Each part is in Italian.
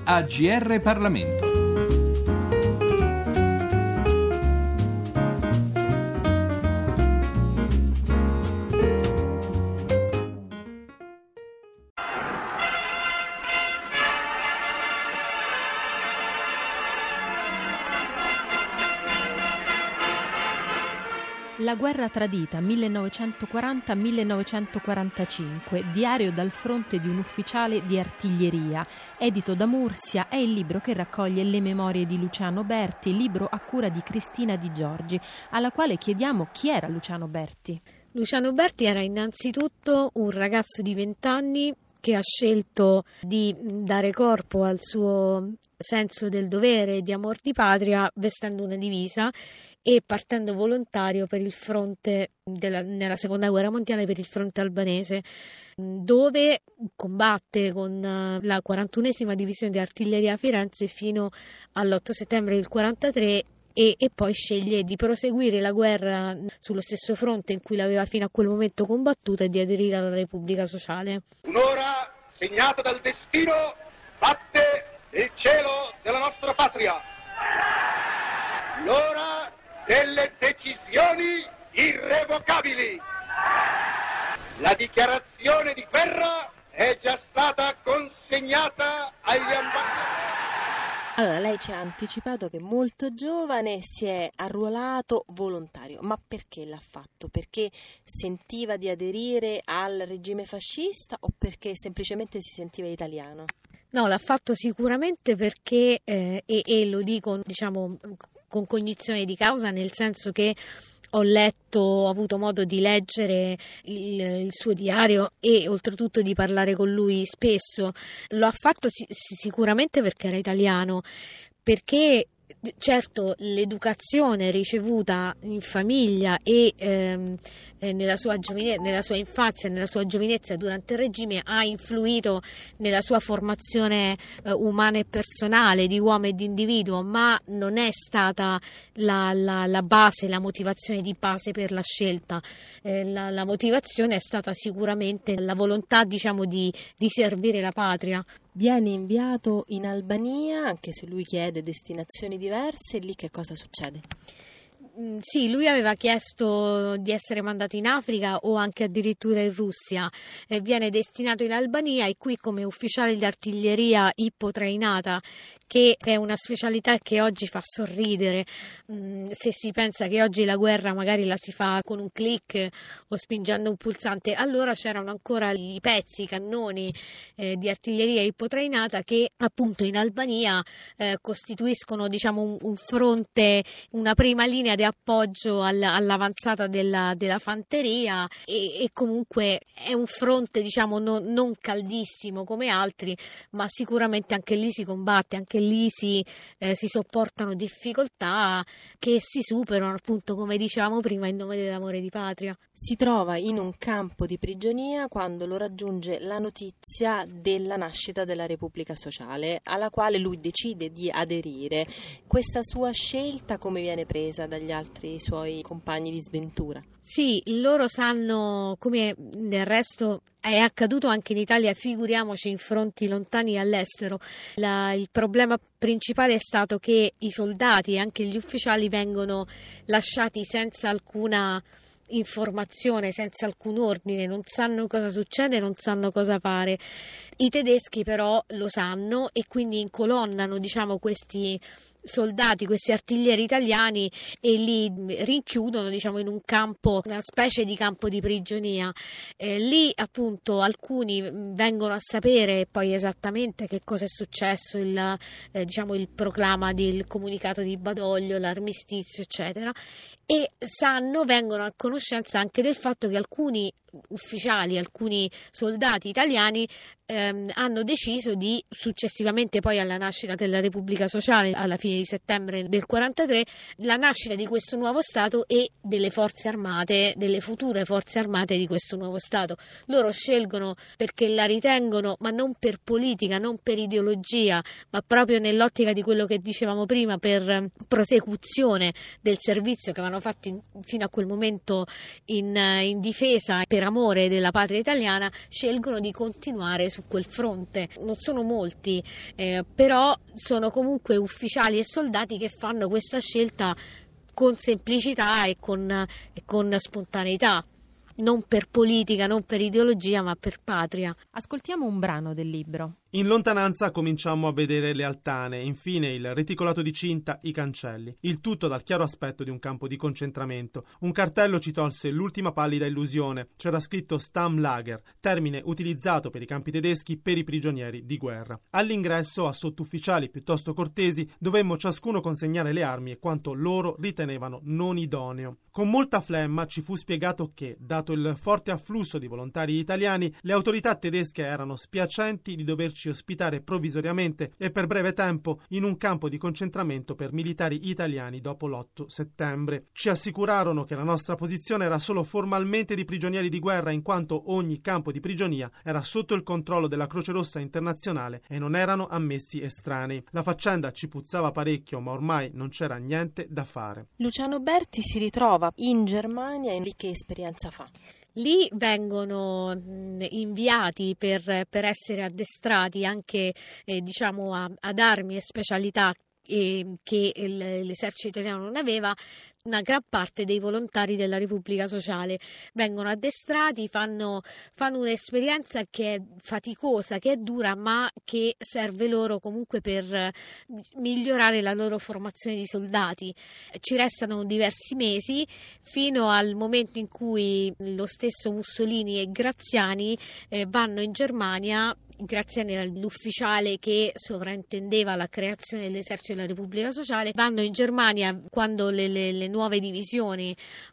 a GR Parlamento. La guerra tradita 1940-1945, diario dal fronte di un ufficiale di artiglieria, edito da Mursia, è il libro che raccoglie le memorie di Luciano Berti, libro a cura di Cristina Di Giorgi, alla quale chiediamo chi era Luciano Berti. Luciano Berti era innanzitutto un ragazzo di 20 anni che ha scelto di dare corpo al suo senso del dovere e di amor di patria vestendo una divisa e partendo volontario per il fronte nella seconda guerra mondiale, per il fronte albanese, dove combatte con la 41esima divisione di artiglieria a Firenze fino all'8 settembre del 43 e poi sceglie di proseguire la guerra sullo stesso fronte in cui l'aveva fino a quel momento combattuta e di aderire alla Repubblica Sociale. Un'ora segnata dal destino batte il cielo della nostra patria. L'ora delle decisioni irrevocabili. La dichiarazione di guerra è già stata consegnata agli ambasciatori. Allora, lei ci ha anticipato che molto giovane si è arruolato volontario, ma perché l'ha fatto? Perché sentiva di aderire al regime fascista o perché semplicemente si sentiva italiano? No, l'ha fatto sicuramente perché, e lo dico con cognizione di causa, nel senso che ho avuto modo di leggere il suo diario e oltretutto di parlare con lui spesso. Lo ha fatto sicuramente perché era italiano, perché certo l'educazione ricevuta in famiglia e nella sua infanzia e nella sua giovinezza durante il regime ha influito nella sua formazione umana e personale di uomo e di individuo, ma non è stata la base, la motivazione di base per la scelta. La motivazione è stata sicuramente la volontà di servire la patria. Viene inviato in Albania, anche se lui chiede destinazioni diverse, e lì che cosa succede? Sì, lui aveva chiesto di essere mandato in Africa o anche addirittura in Russia. Viene destinato in Albania e qui come ufficiale di artiglieria ippotrainata, che è una specialità che oggi fa sorridere, se si pensa che oggi la guerra magari la si fa con un click o spingendo un pulsante. Allora c'erano ancora i pezzi, i cannoni di artiglieria ippotrainata che appunto in Albania costituiscono un fronte, una prima linea di appoggio all'avanzata della fanteria e comunque è un fronte non caldissimo come altri, ma sicuramente anche lì si combatte, anche lì si sopportano difficoltà che si superano, appunto, come dicevamo prima, in nome dell'amore di patria. Si trova in un campo di prigionia quando lo raggiunge la notizia della nascita della Repubblica Sociale, alla quale lui decide di aderire. Questa sua scelta come viene presa dagli altri suoi compagni di sventura? Sì, loro sanno, come del resto è accaduto anche in Italia, figuriamoci in fronti lontani all'estero. Il problema principale è stato che i soldati e anche gli ufficiali vengono lasciati senza alcuna informazione, senza alcun ordine, non sanno cosa succede, non sanno cosa fare. I tedeschi però lo sanno e quindi incolonnano questi soldati, questi artiglieri italiani e li rinchiudono in un campo, una specie di campo di prigionia. Lì appunto alcuni vengono a sapere poi esattamente che cosa è successo, il proclama del comunicato di Badoglio, l'armistizio eccetera, e vengono a conoscenza anche del fatto che alcuni ufficiali, alcuni soldati italiani hanno deciso di, successivamente poi alla nascita della Repubblica Sociale alla fine di settembre del 43, la nascita di questo nuovo Stato e delle forze armate, delle future forze armate di questo nuovo Stato. Loro scelgono perché la ritengono, ma non per politica, non per ideologia, ma proprio nell'ottica di quello che dicevamo prima, per prosecuzione del servizio che avevano fatto fino a quel momento in difesa, per per amore della patria italiana, scelgono di continuare su quel fronte. Non sono molti, però sono comunque ufficiali e soldati che fanno questa scelta con semplicità e con spontaneità, non per politica, non per ideologia, ma per patria. Ascoltiamo un brano del libro. In lontananza cominciammo a vedere le altane, infine il reticolato di cinta, i cancelli. Il tutto dal chiaro aspetto di un campo di concentramento. Un cartello ci tolse l'ultima pallida illusione. C'era scritto Stammlager, termine utilizzato per i campi tedeschi per i prigionieri di guerra. All'ingresso, a sottufficiali piuttosto cortesi, dovemmo ciascuno consegnare le armi e quanto loro ritenevano non idoneo. Con molta flemma ci fu spiegato che, dato il forte afflusso di volontari italiani, le autorità tedesche erano spiacenti di doverci ospitare provvisoriamente e per breve tempo in un campo di concentramento per militari italiani dopo l'8 settembre. Ci assicurarono che la nostra posizione era solo formalmente di prigionieri di guerra, in quanto ogni campo di prigionia era sotto il controllo della Croce Rossa internazionale e non erano ammessi estranei. La faccenda ci puzzava parecchio, ma ormai non c'era niente da fare. Luciano Berti si ritrova in Germania e lì che esperienza fa? Lì vengono inviati per essere addestrati anche ad armi e specialità che l'esercito italiano non aveva. Una gran parte dei volontari della Repubblica Sociale vengono addestrati, fanno un'esperienza che è faticosa, che è dura, ma che serve loro comunque per migliorare la loro formazione di soldati. Ci restano diversi mesi fino al momento in cui lo stesso Mussolini e Graziani vanno in Germania. Graziani era l'ufficiale che sovrintendeva la creazione dell'esercito della Repubblica Sociale. Vanno in Germania quando le nuove divisioni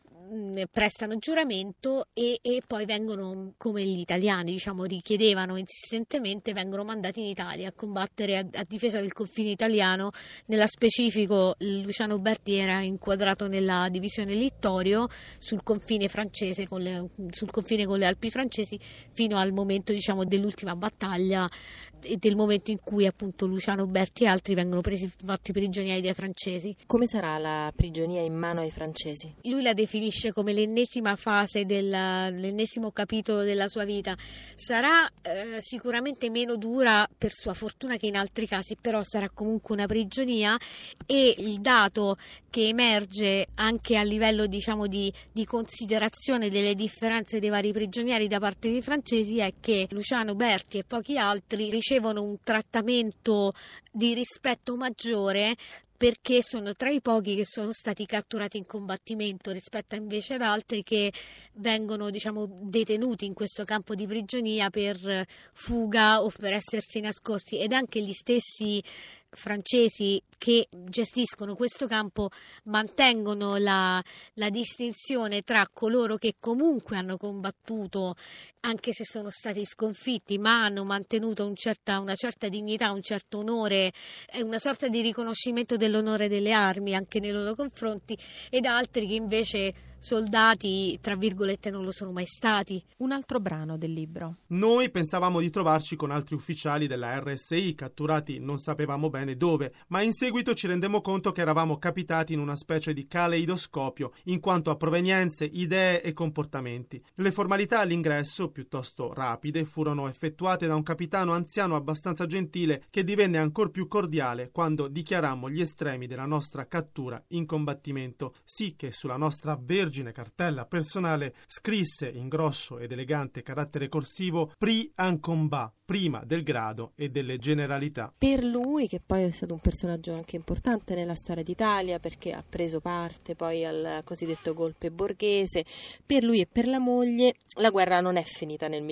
prestano giuramento e poi vengono, come gli italiani richiedevano insistentemente, vengono mandati in Italia a combattere a difesa del confine italiano. Nella specifico Luciano Berti era inquadrato nella divisione Littorio sul confine francese sul confine con le Alpi francesi, fino al momento dell'ultima battaglia e del momento in cui appunto Luciano Berti e altri vengono fatti prigionieri dai francesi. Come sarà la prigionia in mano ai francesi? Lui la definisce come l'ennesima fase l'ennesimo capitolo della sua vita. Sarà sicuramente meno dura per sua fortuna che in altri casi, però sarà comunque una prigionia, e il dato che emerge anche a livello di considerazione delle differenze dei vari prigionieri da parte dei francesi è che Luciano Berti e pochi altri ricevono un trattamento di rispetto maggiore, perché sono tra i pochi che sono stati catturati in combattimento rispetto invece ad altri che vengono detenuti in questo campo di prigionia per fuga o per essersi nascosti. Ed anche gli stessi francesi che gestiscono questo campo mantengono la distinzione tra coloro che comunque hanno combattuto, anche se sono stati sconfitti, ma hanno mantenuto una certa dignità, un certo onore, una sorta di riconoscimento dell'onore delle armi anche nei loro confronti, ed altri che invece soldati, tra virgolette, non lo sono mai stati. Un altro brano del libro. Noi pensavamo di trovarci con altri ufficiali della RSI catturati non sapevamo bene dove, ma in seguito ci rendemmo conto che eravamo capitati in una specie di caleidoscopio in quanto a provenienze, idee e comportamenti. Le formalità all'ingresso, piuttosto rapide, furono effettuate da un capitano anziano abbastanza gentile che divenne ancor più cordiale quando dichiarammo gli estremi della nostra cattura in combattimento, sì che sulla nostra vergine cartella personale scrisse in grosso ed elegante carattere corsivo Prix en combat, prima del grado e delle generalità. Per lui, che poi è stato un personaggio anche importante nella storia d'Italia perché ha preso parte poi al cosiddetto golpe borghese, per lui e per la moglie la guerra non è finita nel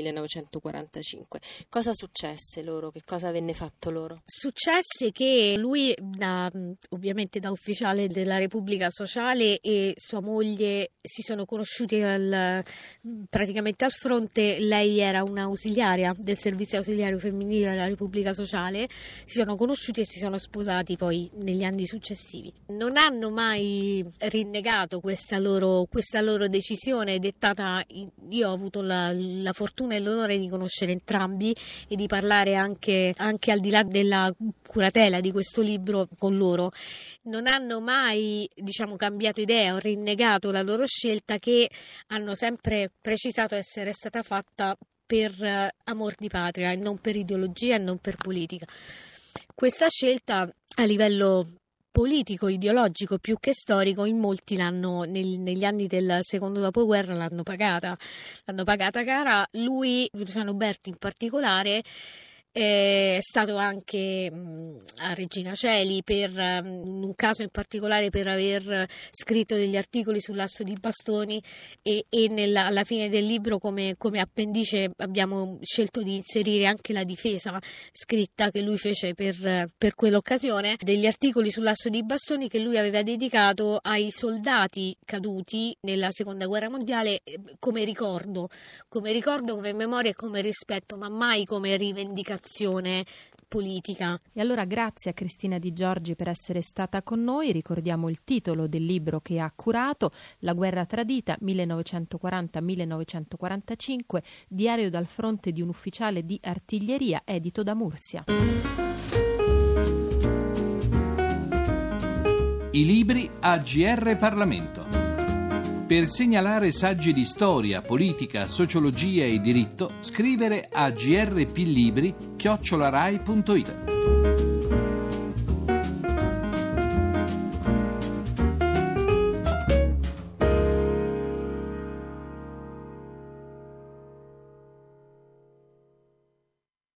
1945. Cosa successe loro? Che cosa venne fatto loro? Successe che lui, ovviamente da ufficiale della Repubblica Sociale, e sua moglie si sono conosciuti praticamente al fronte. Lei era una ausiliaria del servizio ausiliario femminile della Repubblica Sociale, si sono conosciuti e si sono sposati poi negli anni successivi. Non hanno mai rinnegato questa loro decisione dettata. Io ho avuto la fortuna e l'onore di conoscere entrambi e di parlare anche al di là della curatela di questo libro con loro. Non hanno mai cambiato idea o rinnegato la loro loro scelta, che hanno sempre precisato essere stata fatta per amor di patria e non per ideologia e non per politica. Questa scelta a livello politico, ideologico più che storico, in molti negli anni del secondo dopoguerra l'hanno pagata cara. Lui, Luciano Berti in particolare, è stato anche a Regina Coeli in un caso in particolare per aver scritto degli articoli sull'asso di bastoni, e alla fine del libro come appendice abbiamo scelto di inserire anche la difesa scritta che lui fece per quell'occasione, degli articoli sull'asso di bastoni che lui aveva dedicato ai soldati caduti nella seconda guerra mondiale, come ricordo, come memoria e come rispetto, ma mai come rivendicazione politica. E allora grazie a Cristina Di Giorgi per essere stata con noi. Ricordiamo il titolo del libro che ha curato: La guerra tradita 1940-1945, diario dal fronte di un ufficiale di artiglieria, edito da Mursia. I libri a GR Parlamento. Per segnalare saggi di storia, politica, sociologia e diritto, scrivere a grplibri@rai.it.